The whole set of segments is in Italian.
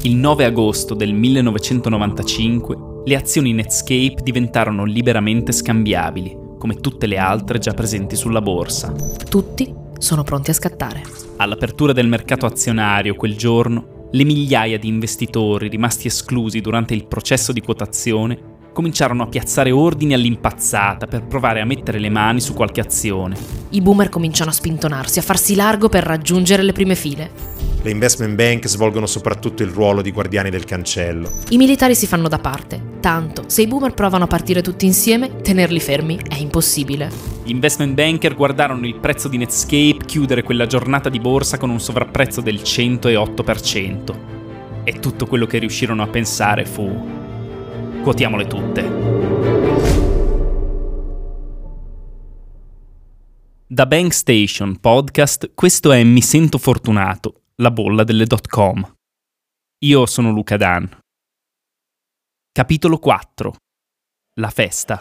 Il 9 agosto del 1995 le azioni Netscape diventarono liberamente scambiabili, come tutte le altre già presenti sulla borsa. Tutti sono pronti a scattare. All'apertura del mercato azionario quel giorno, le migliaia di investitori rimasti esclusi durante il processo di quotazione cominciarono a piazzare ordini all'impazzata per provare a mettere le mani su qualche azione. I boomer cominciano a spintonarsi, a farsi largo per raggiungere le prime file. Le investment bank svolgono soprattutto il ruolo di guardiani del cancello. I militari si fanno da parte, tanto se i boomer provano a partire tutti insieme, tenerli fermi è impossibile. Gli investment banker guardarono il prezzo di Netscape chiudere quella giornata di borsa con un sovrapprezzo del 108%. E tutto quello che riuscirono a pensare fu: quotiamole tutte. Da Bank Station Podcast, questo è Mi sento fortunato, la bolla delle .com. Io sono Luca Dan. Capitolo 4. La festa.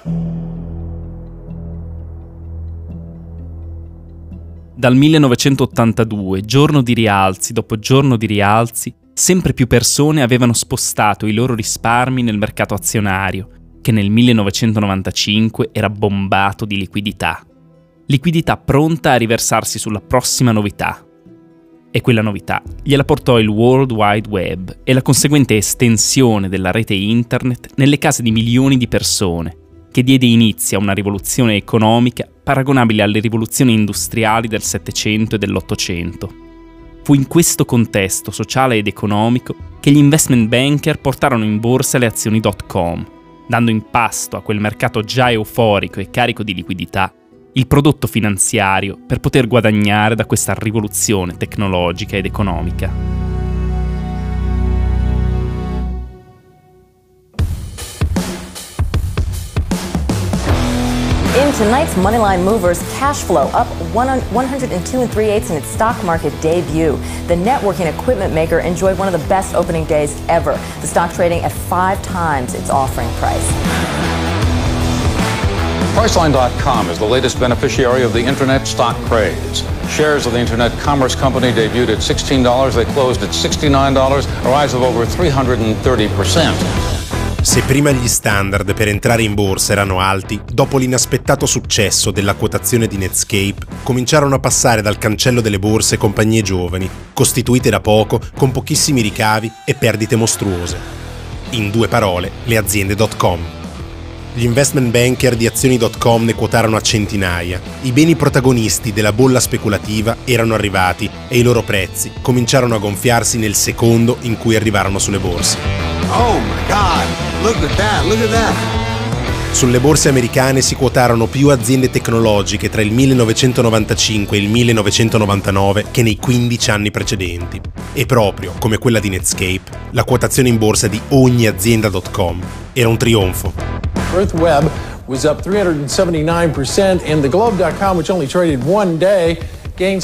Dal 1982, giorno di rialzi dopo giorno di rialzi, sempre più persone avevano spostato i loro risparmi nel mercato azionario, che nel 1995 era bombato di liquidità. Liquidità pronta a riversarsi sulla prossima novità. E quella novità gliela portò il World Wide Web e la conseguente estensione della rete internet nelle case di milioni di persone, che diede inizio a una rivoluzione economica paragonabile alle rivoluzioni industriali del Settecento e dell'Ottocento. Fu in questo contesto sociale ed economico che gli investment banker portarono in borsa le azioni .com, dando in pasto a quel mercato già euforico e carico di liquidità il prodotto finanziario per poter guadagnare da questa rivoluzione tecnologica ed economica. In tonight's Moneyline Movers, cash flow up 102 3/8 in its stock market debut. The networking equipment maker enjoyed one of the best opening days ever. The stock trading at 5 times its offering price. Priceline.com is the latest beneficiary of the internet stock craze. Shares of the internet commerce company debuted at $16, they closed at $69, a rise of over 330%. Se prima gli standard per entrare in borsa erano alti, dopo l'inaspettato successo della quotazione di Netscape, cominciarono a passare dal cancello delle borse compagnie giovani, costituite da poco, con pochissimi ricavi e perdite mostruose. In due parole, le aziende .com. Gli investment banker di azioni.com ne quotarono a centinaia. I beni protagonisti della bolla speculativa erano arrivati e i loro prezzi cominciarono a gonfiarsi nel secondo in cui arrivarono sulle borse. Oh my God, look at that. Sulle borse americane si quotarono più aziende tecnologiche tra il 1995 e il 1999 che nei 15 anni precedenti. E proprio come quella di Netscape, la quotazione in borsa di ogni azienda.com era un trionfo. Earth Web was up 379% and the Globe.com, which only traded one day, gained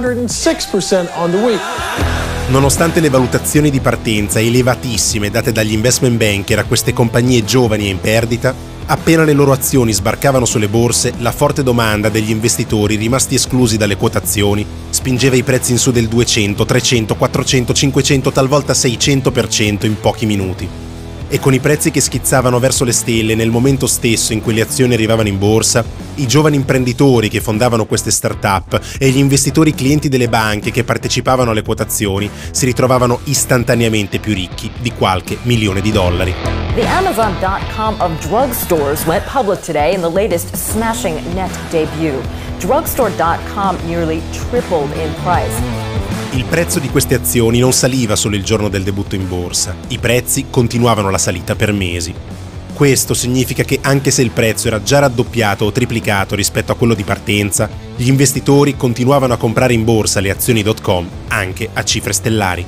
606% on the week. Nonostante le valutazioni di partenza elevatissime date dagli investment banker a queste compagnie giovani e in perdita, appena le loro azioni sbarcavano sulle borse, la forte domanda degli investitori rimasti esclusi dalle quotazioni spingeva i prezzi in su del 200, 300, 400, 500, talvolta 600% in pochi minuti. E con i prezzi che schizzavano verso le stelle nel momento stesso in cui le azioni arrivavano in borsa, i giovani imprenditori che fondavano queste start-up e gli investitori clienti delle banche che partecipavano alle quotazioni si ritrovavano istantaneamente più ricchi di qualche milione di dollari. The Amazon.com of drugstores went public today in the latest smashing net debut. Drugstore.com nearly tripled in price. Il prezzo di queste azioni non saliva solo il giorno del debutto in borsa, i prezzi continuavano la salita per mesi. Questo significa che anche se il prezzo era già raddoppiato o triplicato rispetto a quello di partenza, gli investitori continuavano a comprare in borsa le azioni.com anche a cifre stellari.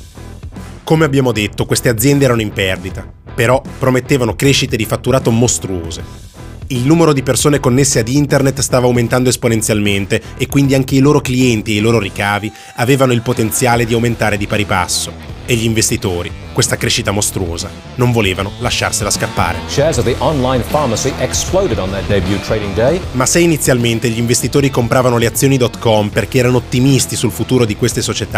Come abbiamo detto, queste aziende erano in perdita, però promettevano crescite di fatturato mostruose. Il numero di persone connesse ad internet stava aumentando esponenzialmente e quindi anche i loro clienti e i loro ricavi avevano il potenziale di aumentare di pari passo. E gli investitori, questa crescita mostruosa, non volevano lasciarsela scappare. Shares of the online pharmacy exploded on their debut trading day. Ma se inizialmente gli investitori compravano le azioni.com perché erano ottimisti sul futuro di queste società,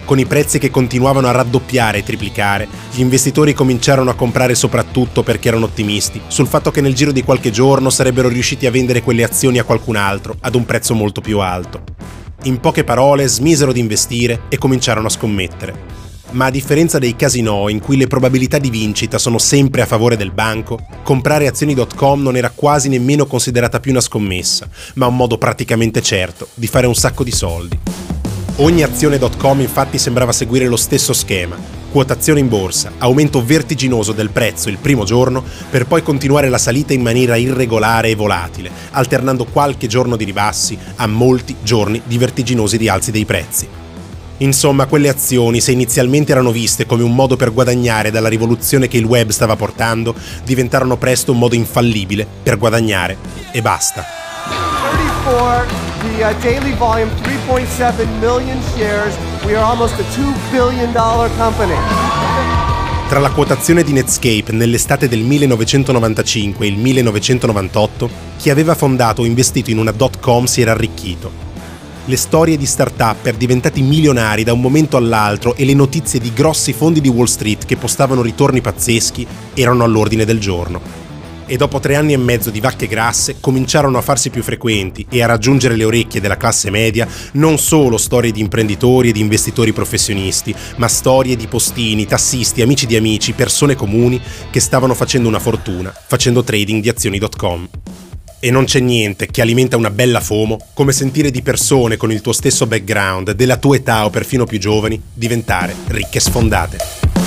Con i prezzi che continuavano a raddoppiare e triplicare, gli investitori cominciarono a comprare soprattutto perché erano ottimisti sul fatto che nel giro di qualche giorno sarebbero riusciti a vendere quelle azioni a qualcun altro ad un prezzo molto più alto. In poche parole, smisero di investire e cominciarono a scommettere. Ma a differenza dei casinò in cui le probabilità di vincita sono sempre a favore del banco, comprare azioni.com non era quasi nemmeno considerata più una scommessa, ma un modo praticamente certo di fare un sacco di soldi. Ogni azione.com infatti sembrava seguire lo stesso schema: quotazione in borsa, aumento vertiginoso del prezzo il primo giorno, per poi continuare la salita in maniera irregolare e volatile, alternando qualche giorno di ribassi a molti giorni di vertiginosi rialzi dei prezzi. Insomma, quelle azioni, se inizialmente erano viste come un modo per guadagnare dalla rivoluzione che il web stava portando, diventarono presto un modo infallibile per guadagnare e basta. 34, the daily volume, 3.7 million shares. We are almost a $2 billion company. Tra la quotazione di Netscape nell'estate del 1995 e il 1998, chi aveva fondato o investito in una .com si era arricchito. Le storie di start-upper diventati milionari da un momento all'altro e le notizie di grossi fondi di Wall Street che postavano ritorni pazzeschi erano all'ordine del giorno. E dopo 3 anni e mezzo di vacche grasse cominciarono a farsi più frequenti e a raggiungere le orecchie della classe media non solo storie di imprenditori e di investitori professionisti, ma storie di postini, tassisti, amici di amici, persone comuni che stavano facendo una fortuna facendo trading di azioni.com. E non c'è niente che alimenta una bella FOMO come sentire di persone con il tuo stesso background, della tua età o perfino più giovani, diventare ricche sfondate.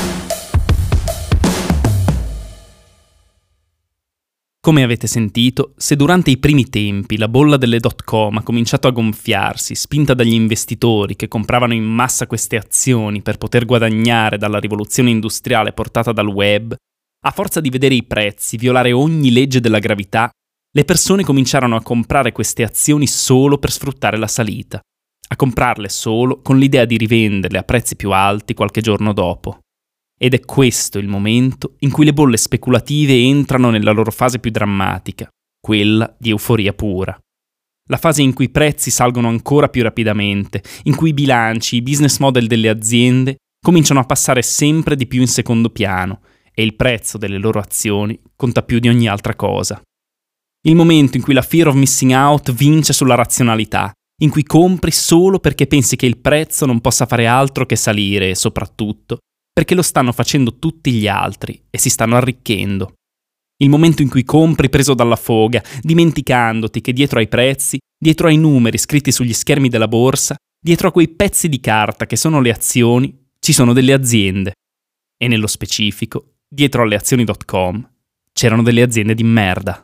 Come avete sentito, se durante i primi tempi la bolla delle .com ha cominciato a gonfiarsi, spinta dagli investitori che compravano in massa queste azioni per poter guadagnare dalla rivoluzione industriale portata dal web, a forza di vedere i prezzi violare ogni legge della gravità, le persone cominciarono a comprare queste azioni solo per sfruttare la salita, a comprarle solo con l'idea di rivenderle a prezzi più alti qualche giorno dopo. Ed è questo il momento in cui le bolle speculative entrano nella loro fase più drammatica, quella di euforia pura. La fase in cui i prezzi salgono ancora più rapidamente, in cui i bilanci, i business model delle aziende cominciano a passare sempre di più in secondo piano e il prezzo delle loro azioni conta più di ogni altra cosa. Il momento in cui la fear of missing out vince sulla razionalità, in cui compri solo perché pensi che il prezzo non possa fare altro che salire e soprattutto perché lo stanno facendo tutti gli altri e si stanno arricchendo. Il momento in cui compri preso dalla foga, dimenticandoti che dietro ai prezzi, dietro ai numeri scritti sugli schermi della borsa, dietro a quei pezzi di carta che sono le azioni, ci sono delle aziende. E nello specifico, dietro alle azioni.com, c'erano delle aziende di merda.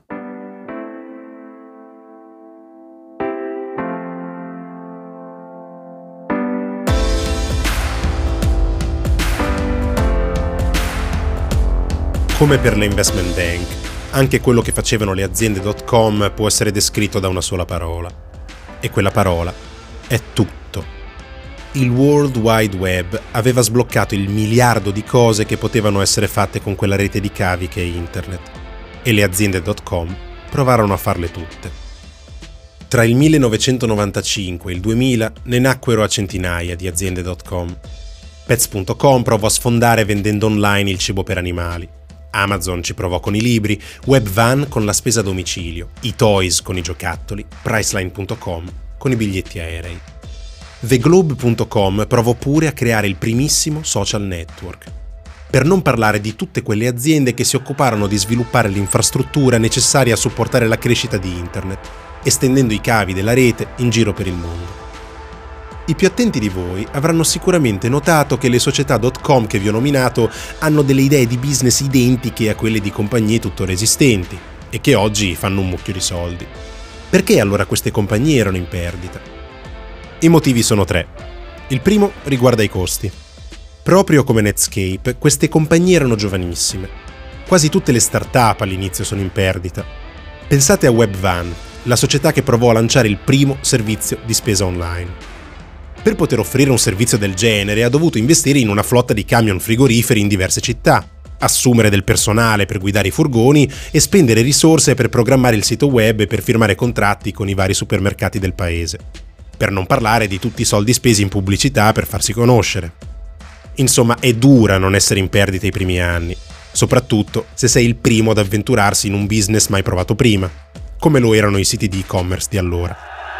Come per le investment bank, anche quello che facevano le aziende.com può essere descritto da una sola parola. E quella parola è tutto. Il World Wide Web aveva sbloccato il miliardo di cose che potevano essere fatte con quella rete di cavi che è internet. E le aziende.com provarono a farle tutte. Tra il 1995 e il 2000 ne nacquero a centinaia di aziende.com. Pets.com provò a sfondare vendendo online il cibo per animali. Amazon ci provò con i libri, Webvan con la spesa a domicilio, eToys con i giocattoli, Priceline.com con i biglietti aerei. TheGlobe.com provò pure a creare il primissimo social network. Per non parlare di tutte quelle aziende che si occuparono di sviluppare l'infrastruttura necessaria a supportare la crescita di Internet, estendendo i cavi della rete in giro per il mondo. I più attenti di voi avranno sicuramente notato che le società.com che vi ho nominato hanno delle idee di business identiche a quelle di compagnie tuttora esistenti e che oggi fanno un mucchio di soldi. Perché allora queste compagnie erano in perdita? I motivi sono 3. Il primo riguarda i costi. Proprio come Netscape, queste compagnie erano giovanissime. Quasi tutte le start-up all'inizio sono in perdita. Pensate a Webvan, la società che provò a lanciare il primo servizio di spesa online. Per poter offrire un servizio del genere ha dovuto investire in una flotta di camion frigoriferi in diverse città, assumere del personale per guidare i furgoni e spendere risorse per programmare il sito web e per firmare contratti con i vari supermercati del paese. per non parlare di tutti i soldi spesi in pubblicità per farsi conoscere. Insomma, è dura non essere in perdita i primi anni, soprattutto se sei il primo ad avventurarsi in un business mai provato prima, come lo erano i siti di e-commerce di allora.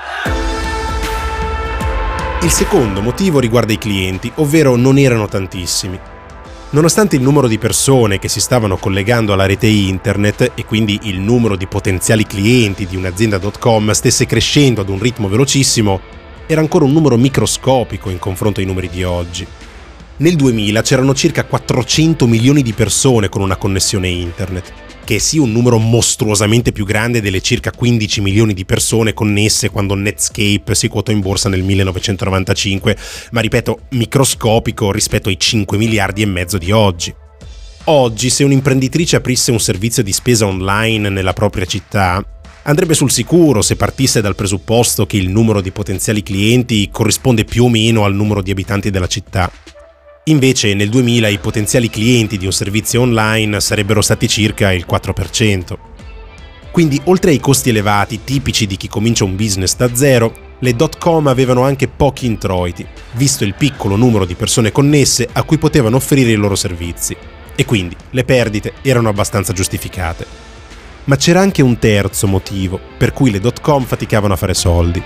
Il secondo motivo riguarda i clienti, ovvero non erano tantissimi. Nonostante il numero di persone che si stavano collegando alla rete internet e quindi il numero di potenziali clienti di un'azienda.com stesse crescendo ad un ritmo velocissimo, era ancora un numero microscopico in confronto ai numeri di oggi. Nel 2000 c'erano circa 400 milioni di persone con una connessione internet, che è sì un numero mostruosamente più grande delle circa 15 milioni di persone connesse quando Netscape si quotò in borsa nel 1995, ma ripeto, microscopico rispetto ai 5 miliardi e mezzo di oggi. Oggi, se un'imprenditrice aprisse un servizio di spesa online nella propria città, andrebbe sul sicuro se partisse dal presupposto che il numero di potenziali clienti corrisponde più o meno al numero di abitanti della città. Invece nel 2000 i potenziali clienti di un servizio online sarebbero stati circa il 4%. Quindi oltre ai costi elevati tipici di chi comincia un business da zero, le .com avevano anche pochi introiti, visto il piccolo numero di persone connesse a cui potevano offrire i loro servizi, e quindi le perdite erano abbastanza giustificate. Ma c'era anche un terzo motivo per cui le .com faticavano a fare soldi.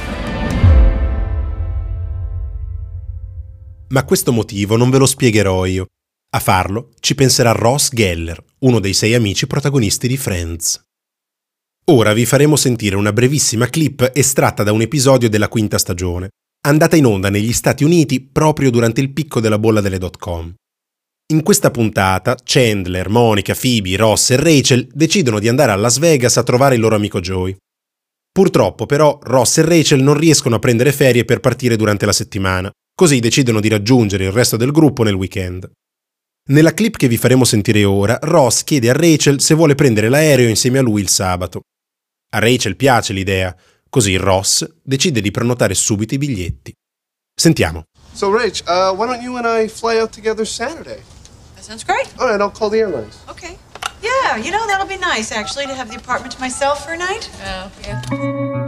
Ma questo motivo non ve lo spiegherò io. A farlo ci penserà Ross Geller, uno dei 6 amici protagonisti di Friends. Ora vi faremo sentire una brevissima clip estratta da un episodio della 5ª stagione, andata in onda negli Stati Uniti proprio durante il picco della bolla delle .com. In questa puntata Chandler, Monica, Phoebe, Ross e Rachel decidono di andare a Las Vegas a trovare il loro amico Joey. Purtroppo però Ross e Rachel non riescono a prendere ferie per partire durante la settimana. Così decidono di raggiungere il resto del gruppo nel weekend. Nella clip che vi faremo sentire ora, Ross chiede a Rachel se vuole prendere l'aereo insieme a lui il sabato. A Rachel piace l'idea, così Ross decide di prenotare subito i biglietti. Sentiamo. So, Rach, why don't you and I fly out together Saturday? That sounds great. All right, I'll call the airlines. Okay. Yeah, you know, that'll be nice, actually, to have the apartment to myself for a night. Oh, yeah.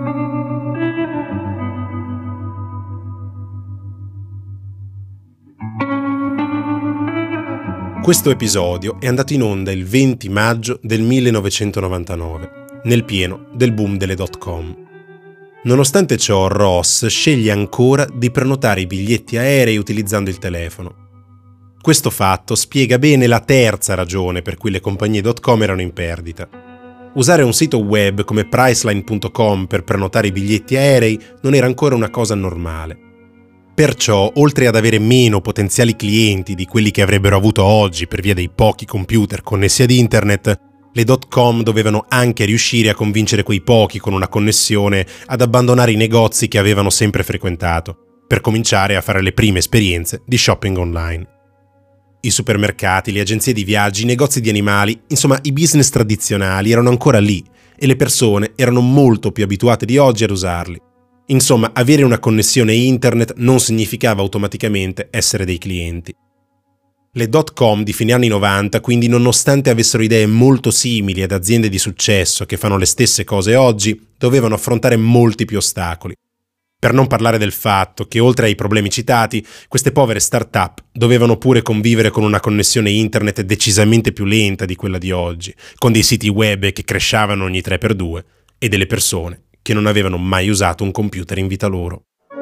Questo episodio è andato in onda il 20 maggio del 1999, nel pieno del boom delle .com. Nonostante ciò, Ross sceglie ancora di prenotare i biglietti aerei utilizzando il telefono. Questo fatto spiega bene la terza ragione per cui le compagnie .com erano in perdita. Usare un sito web come Priceline.com per prenotare i biglietti aerei non era ancora una cosa normale. Perciò, oltre ad avere meno potenziali clienti di quelli che avrebbero avuto oggi per via dei pochi computer connessi ad internet, le .com dovevano anche riuscire a convincere quei pochi con una connessione ad abbandonare i negozi che avevano sempre frequentato, per cominciare a fare le prime esperienze di shopping online. I supermercati, le agenzie di viaggi, i negozi di animali, insomma i business tradizionali erano ancora lì e le persone erano molto più abituate di oggi ad usarli. Insomma, avere una connessione internet non significava automaticamente essere dei clienti. Le .com di fine anni 90, quindi, nonostante avessero idee molto simili ad aziende di successo che fanno le stesse cose oggi, dovevano affrontare molti più ostacoli. Per non parlare del fatto che, oltre ai problemi citati, queste povere start-up dovevano pure convivere con una connessione internet decisamente più lenta di quella di oggi, con dei siti web che crashavano ogni 3x2 e delle persone che non avevano mai usato un computer in vita loro.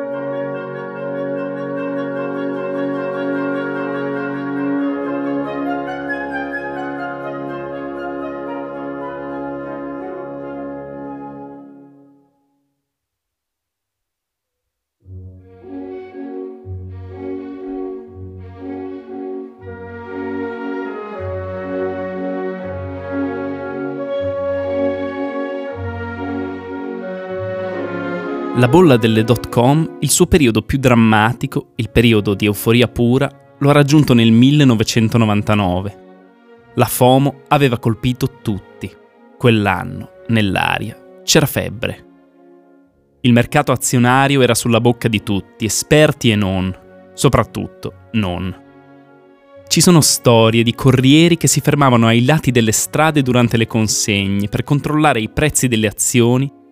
La bolla delle .com, il suo periodo più drammatico, il periodo di euforia pura, lo ha raggiunto nel 1999. La FOMO aveva colpito tutti. Quell'anno, nell'aria, c'era febbre. Il mercato azionario era sulla bocca di tutti, esperti e non, soprattutto non. Ci sono storie di corrieri che si fermavano ai lati delle strade durante le consegne per controllare i prezzi delle azioni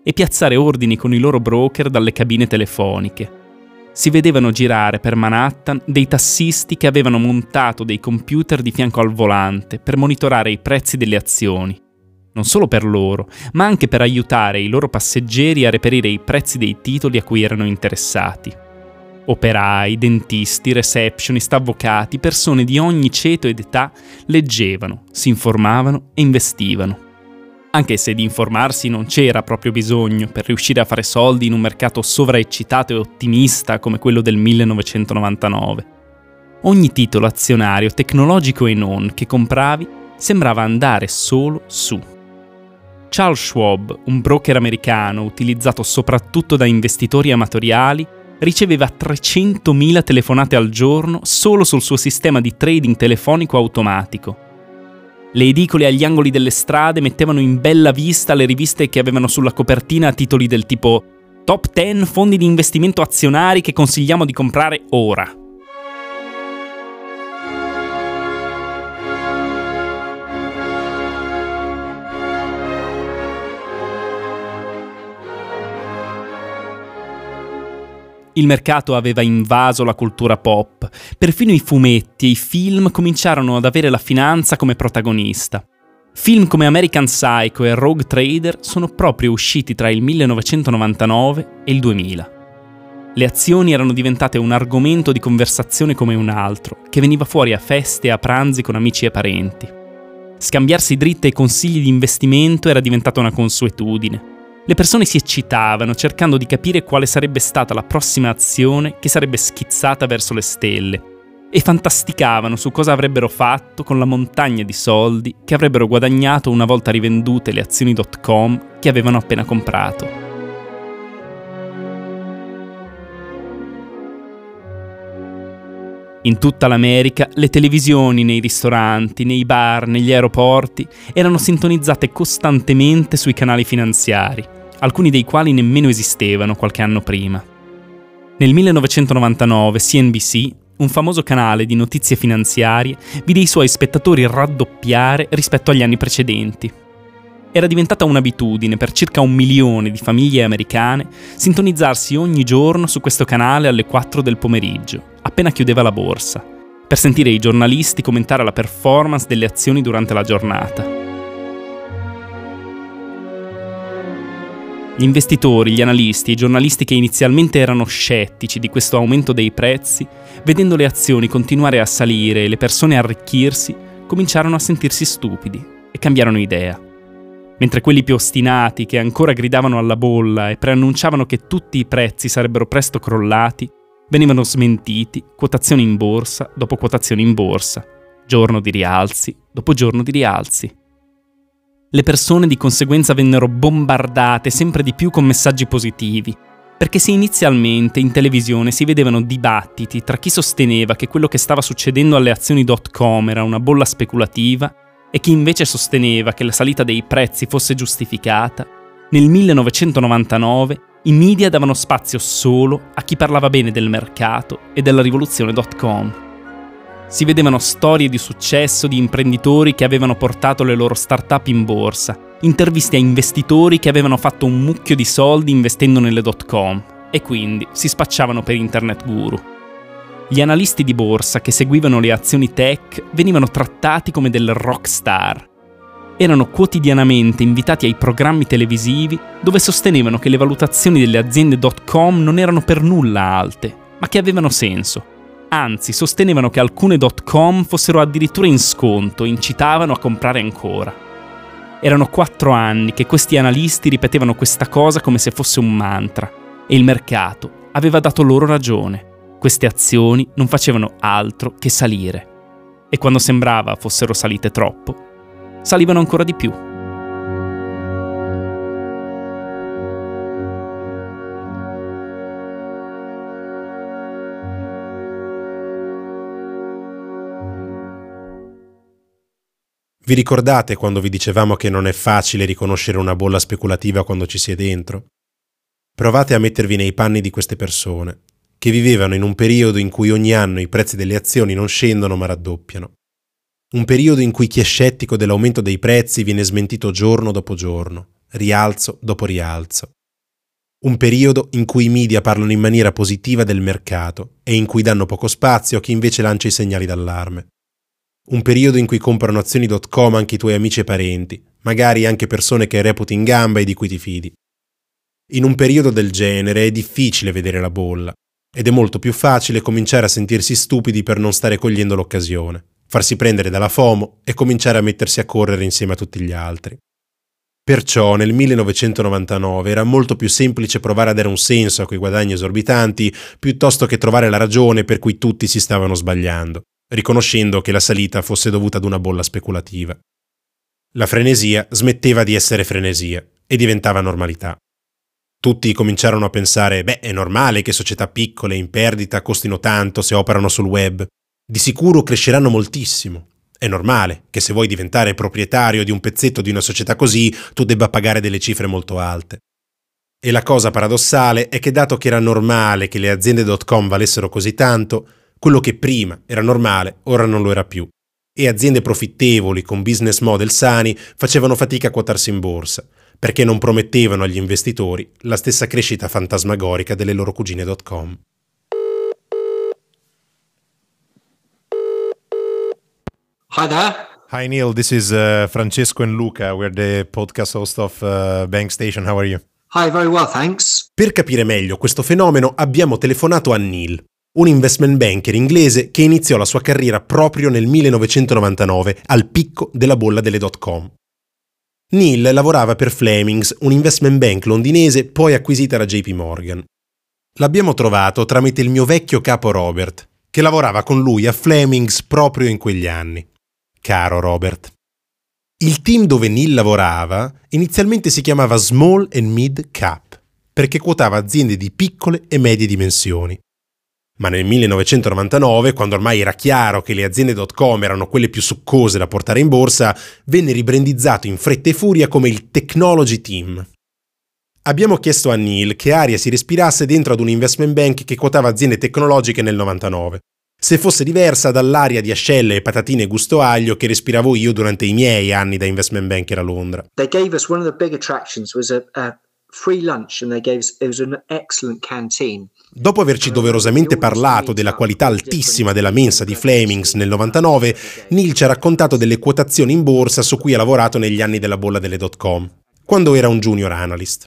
e piazzare ordini con i loro broker dalle cabine telefoniche. Si vedevano girare per Manhattan dei tassisti che avevano montato dei computer di fianco al volante per monitorare i prezzi delle azioni, non solo per loro, ma anche per aiutare i loro passeggeri a reperire i prezzi dei titoli a cui erano interessati. Operai, dentisti, receptionist, avvocati, persone di ogni ceto ed età leggevano, si informavano e investivano. Anche se di informarsi non c'era proprio bisogno per riuscire a fare soldi in un mercato sovraeccitato e ottimista come quello del 1999. Ogni titolo azionario, tecnologico e non, che compravi sembrava andare solo su. Charles Schwab, un broker americano utilizzato soprattutto da investitori amatoriali, riceveva 300.000 telefonate al giorno solo sul suo sistema di trading telefonico automatico. Le edicole agli angoli delle strade mettevano in bella vista le riviste che avevano sulla copertina titoli del tipo Top 10 fondi di investimento azionari che consigliamo di comprare ora. Il mercato aveva invaso la cultura pop, perfino i fumetti e i film cominciarono ad avere la finanza come protagonista. Film come American Psycho e Rogue Trader sono proprio usciti tra il 1999 e il 2000. Le azioni erano diventate un argomento di conversazione come un altro, che veniva fuori a feste e a pranzi con amici e parenti. Scambiarsi dritte e consigli di investimento era diventata una consuetudine. Le persone si eccitavano cercando di capire quale sarebbe stata la prossima azione che sarebbe schizzata verso le stelle e fantasticavano su cosa avrebbero fatto con la montagna di soldi che avrebbero guadagnato una volta rivendute le azioni.com che avevano appena comprato. In tutta l'America, le televisioni nei ristoranti, nei bar, negli aeroporti erano sintonizzate costantemente sui canali finanziari, alcuni dei quali nemmeno esistevano qualche anno prima. Nel 1999 CNBC, un famoso canale di notizie finanziarie, vide i suoi spettatori raddoppiare rispetto agli anni precedenti. Era diventata un'abitudine per circa 1 milione di famiglie americane sintonizzarsi ogni giorno su questo canale alle 4 del pomeriggio, appena chiudeva la borsa, per sentire i giornalisti commentare la performance delle azioni durante la giornata. Gli investitori, gli analisti e i giornalisti che inizialmente erano scettici di questo aumento dei prezzi, vedendo le azioni continuare a salire e le persone arricchirsi, cominciarono a sentirsi stupidi e cambiarono idea. Mentre quelli più ostinati, che ancora gridavano alla bolla e preannunciavano che tutti i prezzi sarebbero presto crollati, venivano smentiti quotazione in borsa dopo quotazione in borsa, giorno di rialzi dopo giorno di rialzi. Le persone di conseguenza vennero bombardate sempre di più con messaggi positivi, perché se inizialmente in televisione si vedevano dibattiti tra chi sosteneva che quello che stava succedendo alle azioni.com era una bolla speculativa e chi invece sosteneva che la salita dei prezzi fosse giustificata, nel 1999 i media davano spazio solo a chi parlava bene del mercato e della rivoluzione.com. Si vedevano storie di successo di imprenditori che avevano portato le loro start-up in borsa, interviste a investitori che avevano fatto un mucchio di soldi investendo nelle .com e quindi si spacciavano per internet guru. Gli analisti di borsa che seguivano le azioni tech venivano trattati come delle rock star. Erano quotidianamente invitati ai programmi televisivi dove sostenevano che le valutazioni delle aziende .com non erano per nulla alte, ma che avevano senso. Anzi, sostenevano che alcune .com fossero addirittura in sconto e incitavano a comprare ancora. Erano 4 anni che questi analisti ripetevano questa cosa come se fosse un mantra, e il mercato aveva dato loro ragione. Queste azioni non facevano altro che salire. E quando sembrava fossero salite troppo, salivano ancora di più. Vi ricordate quando vi dicevamo che non è facile riconoscere una bolla speculativa quando ci si è dentro? Provate a mettervi nei panni di queste persone, che vivevano in un periodo in cui ogni anno i prezzi delle azioni non scendono ma raddoppiano. Un periodo in cui chi è scettico dell'aumento dei prezzi viene smentito giorno dopo giorno, rialzo dopo rialzo. Un periodo in cui i media parlano in maniera positiva del mercato e in cui danno poco spazio a chi invece lancia i segnali d'allarme. Un periodo in cui comprano azioni.com anche i tuoi amici e parenti, magari anche persone che reputi in gamba e di cui ti fidi. In un periodo del genere è difficile vedere la bolla ed è molto più facile cominciare a sentirsi stupidi per non stare cogliendo l'occasione, farsi prendere dalla FOMO e cominciare a mettersi a correre insieme a tutti gli altri. Perciò nel 1999 era molto più semplice provare a dare un senso a quei guadagni esorbitanti piuttosto che trovare la ragione per cui tutti si stavano sbagliando, riconoscendo che la salita fosse dovuta ad una bolla speculativa. La frenesia smetteva di essere frenesia e diventava normalità. Tutti cominciarono a pensare, è normale che società piccole in perdita costino tanto se operano sul web. Di sicuro cresceranno moltissimo. È normale che se vuoi diventare proprietario di un pezzetto di una società così, tu debba pagare delle cifre molto alte. E la cosa paradossale è che dato che era normale che le aziende.com valessero così tanto, quello che prima era normale ora non lo era più. E aziende profittevoli con business model sani facevano fatica a quotarsi in borsa, perché non promettevano agli investitori la stessa crescita fantasmagorica delle loro cugine.com. Hi there. Hi Neil, this is Francesco and Luca. We're the podcast host of Bank Station. How are you? Hi, very well, thanks. Per capire meglio questo fenomeno abbiamo telefonato a Neil, un investment banker inglese che iniziò la sua carriera proprio nel 1999 al picco della bolla delle .com. Neil lavorava per Flemings, un investment bank londinese poi acquisita da JP Morgan. L'abbiamo trovato tramite il mio vecchio capo Robert, che lavorava con lui a Flemings proprio in quegli anni. Caro Robert. Il team dove Neil lavorava inizialmente si chiamava Small and Mid Cap, perché quotava aziende di piccole e medie dimensioni. Ma nel 1999, quando ormai era chiaro che le aziende.com erano quelle più succose da portare in borsa, venne ribrandizzato in fretta e furia come il Technology Team. Abbiamo chiesto a Neil che aria si respirasse dentro ad un investment bank che quotava aziende tecnologiche nel 99. Se fosse diversa dall'aria di ascelle e patatine gusto aglio che respiravo io durante i miei anni da investment banker a Londra. They gave us one of the big attractions was a free lunch and it was an excellent canteen. Dopo averci doverosamente parlato della qualità altissima della mensa di Flemings nel 99, Neil ci ha raccontato delle quotazioni in borsa su cui ha lavorato negli anni della bolla delle .com, quando era un junior analyst.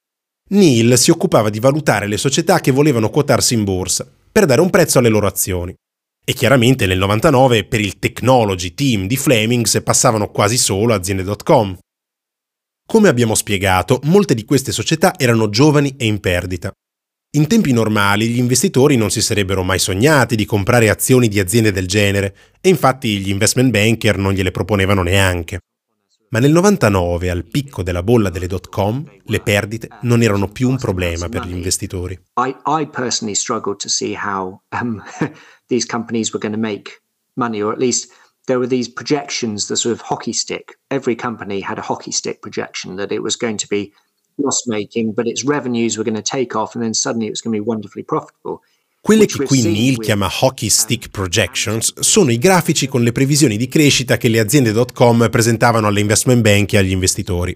Neil si occupava di valutare le società che volevano quotarsi in borsa per dare un prezzo alle loro azioni. E chiaramente nel 99 per il Technology Team di Flemings passavano quasi solo aziende.com. Come abbiamo spiegato, molte di queste società erano giovani e in perdita. In tempi normali gli investitori non si sarebbero mai sognati di comprare azioni di aziende del genere e infatti gli investment banker non gliele proponevano neanche. Ma nel 99, al picco della bolla delle .com, le perdite non erano più un problema per gli investitori. I personally struggled to see how these companies were going to make money, or at least there were these projections, the sort of hockey stick. Every company had a hockey stick projection that it was going to be loss-making, but its revenues were going to take off and then suddenly it was going to be wonderfully profitable. Quelle che qui Neil chiama hockey stick projections sono i grafici con le previsioni di crescita che le aziende.com presentavano alle investment bank e agli investitori.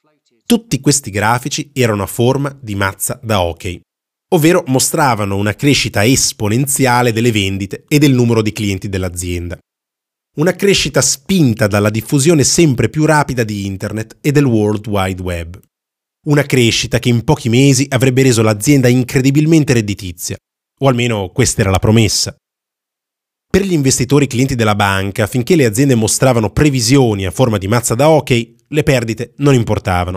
Tutti questi grafici erano a forma di mazza da hockey, ovvero mostravano una crescita esponenziale delle vendite e del numero di clienti dell'azienda. Una crescita spinta dalla diffusione sempre più rapida di Internet e del World Wide Web. Una crescita che in pochi mesi avrebbe reso l'azienda incredibilmente redditizia. O almeno questa era la promessa. Per gli investitori clienti della banca, finché le aziende mostravano previsioni a forma di mazza da hockey, le perdite non importavano.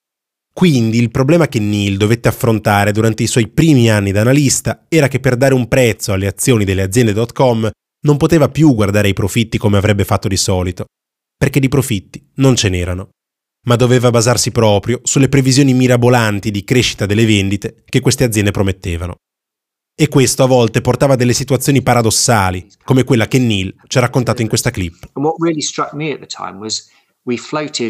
Quindi il problema che Neil dovette affrontare durante i suoi primi anni da analista era che per dare un prezzo alle azioni delle aziende.com non poteva più guardare i profitti come avrebbe fatto di solito, perché di profitti non ce n'erano, ma doveva basarsi proprio sulle previsioni mirabolanti di crescita delle vendite che queste aziende promettevano. E questo a volte portava a delle situazioni paradossali, come quella che Neil ci ha raccontato in questa clip. And what really struck me at the time was we floated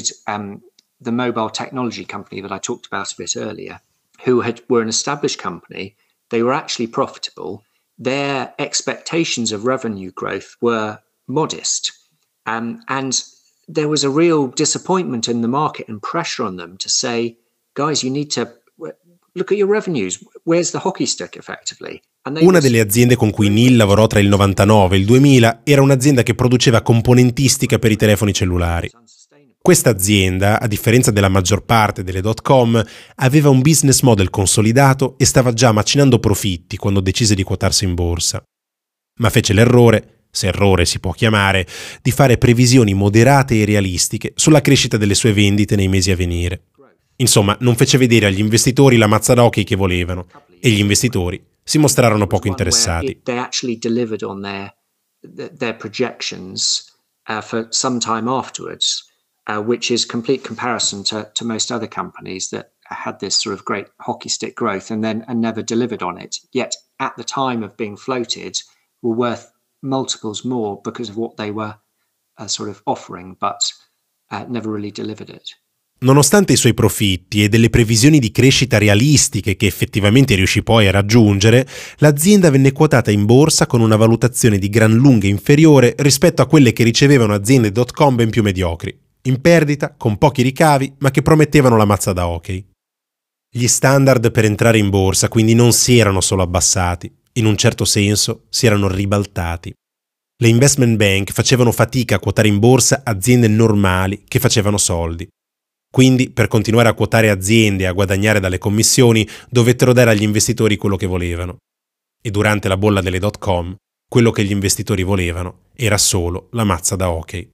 the mobile technology company that I talked about a bit earlier, who were an established company. They were actually profitable. Their expectations of revenue growth were modest. And there was a real disappointment in the market and pressure on them to say, guys, you need to look at your revenues. Where's the hockey stick, effectively? Una delle aziende con cui Neil lavorò tra il 99 e il 2000 era un'azienda che produceva componentistica per i telefoni cellulari. Questa azienda, a differenza della maggior parte delle .com, aveva un business model consolidato e stava già macinando profitti quando decise di quotarsi in borsa. Ma fece l'errore, se errore si può chiamare, di fare previsioni moderate e realistiche sulla crescita delle sue vendite nei mesi a venire. Insomma, non fece vedere agli investitori la mazza d'hockey che volevano e gli investitori si mostrarono poco interessati. They actually delivered on their projections for some time afterwards, which is complete comparison to most other companies that had this sort of great hockey stick growth and never delivered on it. Yet at the time of being floated, were worth multiples more because of what they were sort of offering, but never really delivered it. Nonostante i suoi profitti e delle previsioni di crescita realistiche che effettivamente riuscì poi a raggiungere, l'azienda venne quotata in borsa con una valutazione di gran lunga inferiore rispetto a quelle che ricevevano aziende .com ben più mediocri, in perdita, con pochi ricavi, ma che promettevano la mazza da hockey. Gli standard per entrare in borsa quindi non si erano solo abbassati, in un certo senso si erano ribaltati. Le investment bank facevano fatica a quotare in borsa aziende normali che facevano soldi. Quindi, per continuare a quotare aziende e a guadagnare dalle commissioni, dovettero dare agli investitori quello che volevano. E durante la bolla delle .com, quello che gli investitori volevano era solo la mazza da hockey.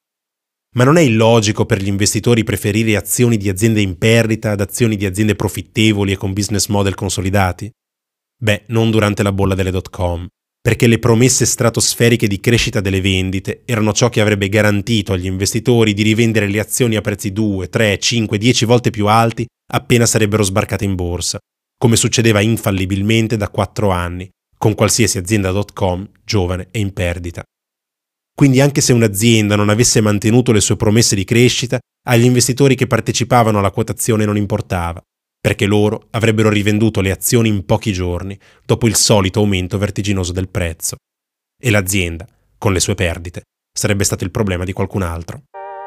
Ma non è illogico per gli investitori preferire azioni di aziende in perdita ad azioni di aziende profittevoli e con business model consolidati? Beh, non durante la bolla delle .com, perché le promesse stratosferiche di crescita delle vendite erano ciò che avrebbe garantito agli investitori di rivendere le azioni a prezzi 2, 3, 5, 10 volte più alti appena sarebbero sbarcate in borsa, come succedeva infallibilmente da 4 anni con qualsiasi azienda .com giovane e in perdita. Quindi anche se un'azienda non avesse mantenuto le sue promesse di crescita, agli investitori che partecipavano alla quotazione non importava, perché loro avrebbero rivenduto le azioni in pochi giorni, dopo il solito aumento vertiginoso del prezzo. E l'azienda, con le sue perdite, sarebbe stato il problema di qualcun altro.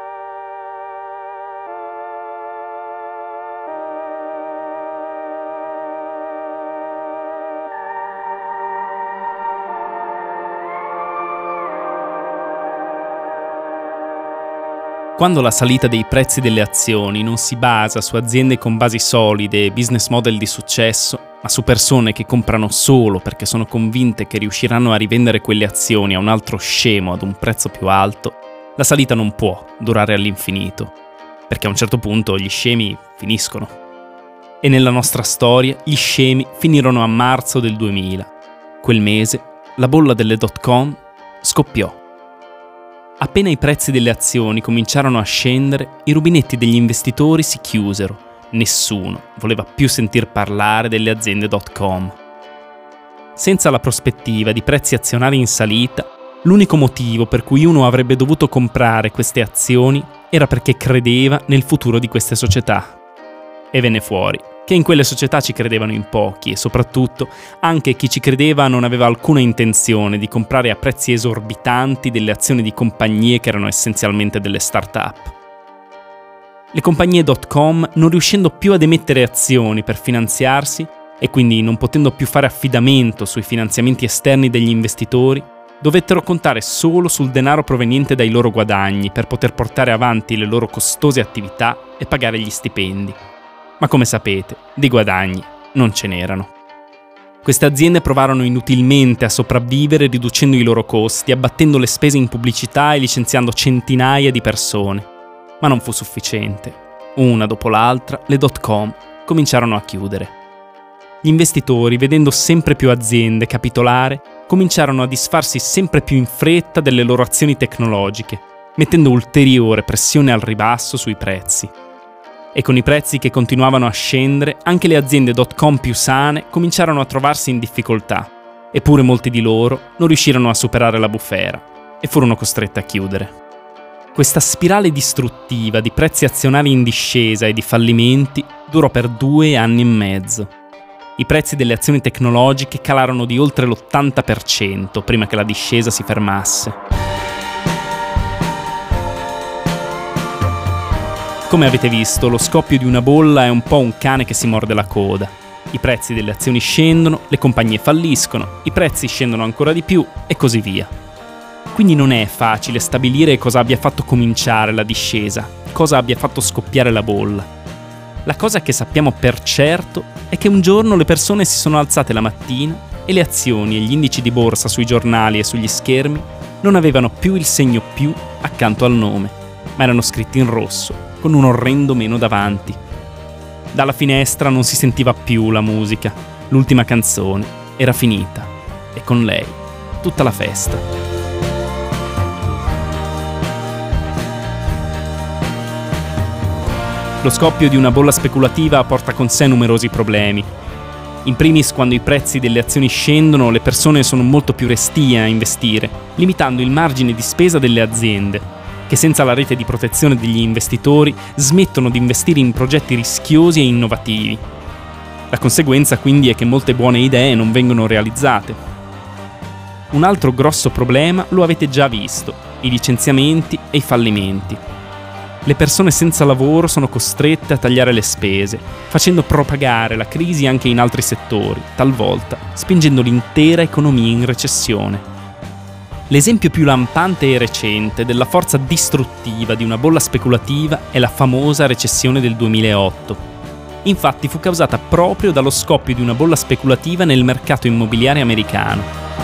Quando la salita dei prezzi delle azioni non si basa su aziende con basi solide e business model di successo, ma su persone che comprano solo perché sono convinte che riusciranno a rivendere quelle azioni a un altro scemo ad un prezzo più alto, la salita non può durare all'infinito, perché a un certo punto gli scemi finiscono. E nella nostra storia gli scemi finirono a marzo del 2000. Quel mese la bolla delle .com scoppiò. Appena i prezzi delle azioni cominciarono a scendere, i rubinetti degli investitori si chiusero. Nessuno voleva più sentir parlare delle aziende .com. Senza la prospettiva di prezzi azionari in salita, l'unico motivo per cui uno avrebbe dovuto comprare queste azioni era perché credeva nel futuro di queste società. E venne fuori che in quelle società ci credevano in pochi e soprattutto anche chi ci credeva non aveva alcuna intenzione di comprare a prezzi esorbitanti delle azioni di compagnie che erano essenzialmente delle start-up. Le compagnie .com, non riuscendo più ad emettere azioni per finanziarsi e quindi non potendo più fare affidamento sui finanziamenti esterni degli investitori, dovettero contare solo sul denaro proveniente dai loro guadagni per poter portare avanti le loro costose attività e pagare gli stipendi. Ma come sapete, di guadagni non ce n'erano. Queste aziende provarono inutilmente a sopravvivere riducendo i loro costi, abbattendo le spese in pubblicità e licenziando centinaia di persone. Ma non fu sufficiente. Una dopo l'altra, le .com cominciarono a chiudere. Gli investitori, vedendo sempre più aziende capitolare, cominciarono a disfarsi sempre più in fretta delle loro azioni tecnologiche, mettendo ulteriore pressione al ribasso sui prezzi. E con i prezzi che continuavano a scendere, anche le aziende .com più sane cominciarono a trovarsi in difficoltà, eppure molti di loro non riuscirono a superare la bufera e furono costrette a chiudere. Questa spirale distruttiva di prezzi azionari in discesa e di fallimenti durò per 2 anni e mezzo. I prezzi delle azioni tecnologiche calarono di oltre l'80% prima che la discesa si fermasse. Come avete visto, lo scoppio di una bolla è un po' un cane che si morde la coda. I prezzi delle azioni scendono, le compagnie falliscono, i prezzi scendono ancora di più e così via. Quindi non è facile stabilire cosa abbia fatto cominciare la discesa, cosa abbia fatto scoppiare la bolla. La cosa che sappiamo per certo è che un giorno le persone si sono alzate la mattina e le azioni e gli indici di borsa sui giornali e sugli schermi non avevano più il segno più accanto al nome, ma erano scritti in rosso, con un orrendo meno davanti. Dalla finestra non si sentiva più la musica, l'ultima canzone era finita e con lei tutta la festa. Lo scoppio di una bolla speculativa porta con sé numerosi problemi. In primis, quando i prezzi delle azioni scendono, le persone sono molto più restie a investire, limitando il margine di spesa delle aziende, che senza la rete di protezione degli investitori smettono di investire in progetti rischiosi e innovativi. La conseguenza quindi è che molte buone idee non vengono realizzate. Un altro grosso problema lo avete già visto: i licenziamenti e i fallimenti. Le persone senza lavoro sono costrette a tagliare le spese, facendo propagare la crisi anche in altri settori, talvolta spingendo l'intera economia in recessione. L'esempio più lampante e recente della forza distruttiva di una bolla speculativa è la famosa recessione del 2008. Infatti fu causata proprio dallo scoppio di una bolla speculativa nel mercato immobiliare americano.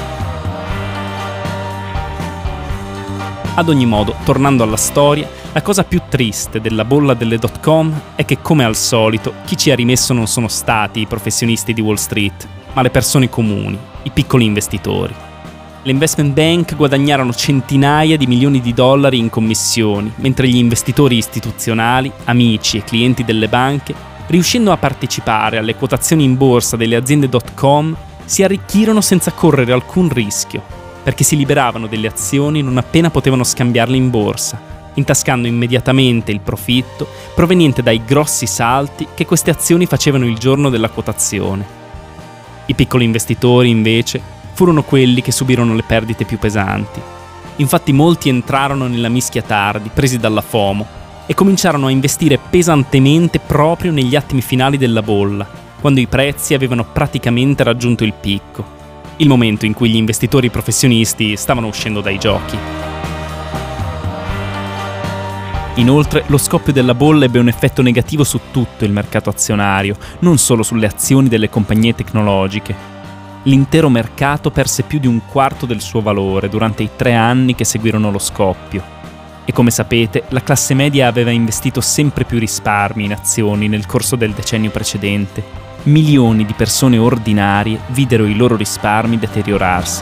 Ad ogni modo, tornando alla storia, la cosa più triste della bolla delle dot-com è che, come al solito, chi ci ha rimesso non sono stati i professionisti di Wall Street, ma le persone comuni, i piccoli investitori. Le investment bank guadagnarono centinaia di milioni di dollari in commissioni, mentre gli investitori istituzionali, amici e clienti delle banche, riuscendo a partecipare alle quotazioni in borsa delle aziende dot-com, si arricchirono senza correre alcun rischio, perché si liberavano delle azioni non appena potevano scambiarle in borsa, intascando immediatamente il profitto proveniente dai grossi salti che queste azioni facevano il giorno della quotazione. I piccoli investitori, invece, furono quelli che subirono le perdite più pesanti. Infatti molti entrarono nella mischia tardi, presi dalla FOMO, e cominciarono a investire pesantemente proprio negli attimi finali della bolla, quando i prezzi avevano praticamente raggiunto il picco, il momento in cui gli investitori professionisti stavano uscendo dai giochi. Inoltre, lo scoppio della bolla ebbe un effetto negativo su tutto il mercato azionario, non solo sulle azioni delle compagnie tecnologiche. L'intero mercato perse più di un quarto del suo valore durante i 3 anni che seguirono lo scoppio. E come sapete, la classe media aveva investito sempre più risparmi in azioni nel corso del decennio precedente. Milioni di persone ordinarie videro i loro risparmi deteriorarsi.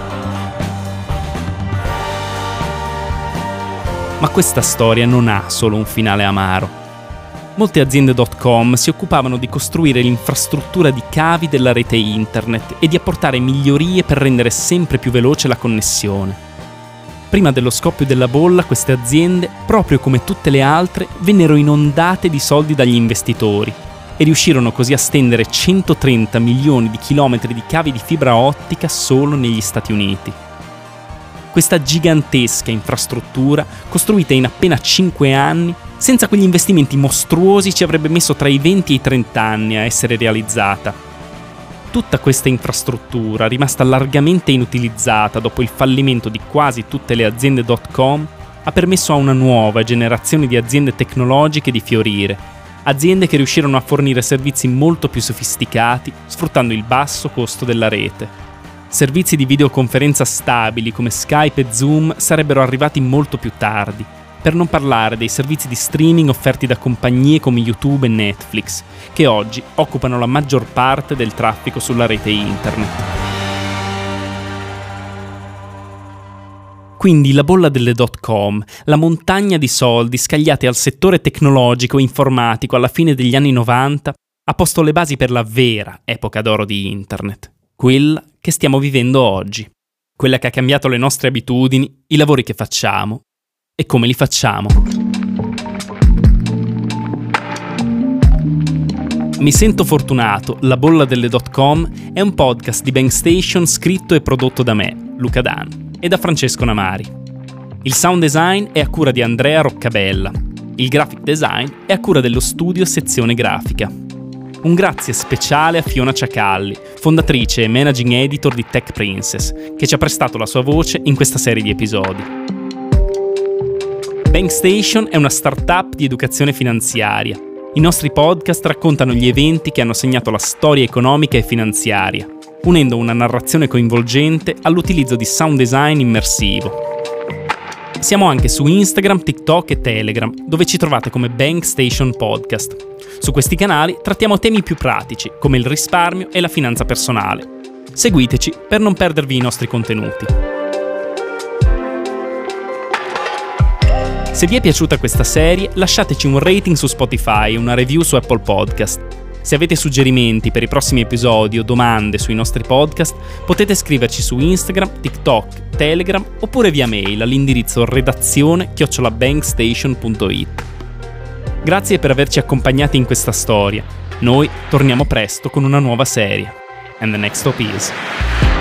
Ma questa storia non ha solo un finale amaro. Molte aziende dot-com si occupavano di costruire l'infrastruttura di cavi della rete internet e di apportare migliorie per rendere sempre più veloce la connessione. Prima dello scoppio della bolla, queste aziende, proprio come tutte le altre, vennero inondate di soldi dagli investitori e riuscirono così a stendere 130 milioni di chilometri di cavi di fibra ottica solo negli Stati Uniti. Questa gigantesca infrastruttura, costruita in appena 5 anni, senza quegli investimenti mostruosi ci avrebbe messo tra i 20 e i 30 anni a essere realizzata. Tutta questa infrastruttura, rimasta largamente inutilizzata dopo il fallimento di quasi tutte le aziende dot-com, ha permesso a una nuova generazione di aziende tecnologiche di fiorire, aziende che riuscirono a fornire servizi molto più sofisticati sfruttando il basso costo della rete. Servizi di videoconferenza stabili come Skype e Zoom sarebbero arrivati molto più tardi, per non parlare dei servizi di streaming offerti da compagnie come YouTube e Netflix, che oggi occupano la maggior parte del traffico sulla rete internet. Quindi la bolla delle dot-com, la montagna di soldi scagliati al settore tecnologico e informatico alla fine degli anni 90, ha posto le basi per la vera epoca d'oro di internet, quella che stiamo vivendo oggi, quella che ha cambiato le nostre abitudini, i lavori che facciamo e come li facciamo. Mi sento fortunato, La bolla delle dot-com è un podcast di Bank Station scritto e prodotto da me, Luca Dan, e da Francesco Namari. Il sound design è a cura di Andrea Roccabella. Il graphic design è a cura dello studio Sezione Grafica. Un grazie speciale a Fiona Ciacalli, fondatrice e managing editor di Tech Princess, che ci ha prestato la sua voce in questa serie di episodi. Bankstation è una startup di educazione finanziaria. I nostri podcast raccontano gli eventi che hanno segnato la storia economica e finanziaria, unendo una narrazione coinvolgente all'utilizzo di sound design immersivo. Siamo anche su Instagram, TikTok e Telegram, dove ci trovate come Bankstation Podcast. Su questi canali trattiamo temi più pratici, come il risparmio e la finanza personale. Seguiteci per non perdervi i nostri contenuti. Se vi è piaciuta questa serie, lasciateci un rating su Spotify e una review su Apple Podcast. Se avete suggerimenti per i prossimi episodi o domande sui nostri podcast, potete scriverci su Instagram, TikTok, Telegram oppure via mail all'indirizzo redazione@bankstation.it. Grazie per averci accompagnati in questa storia. Noi torniamo presto con una nuova serie. And the next stop is...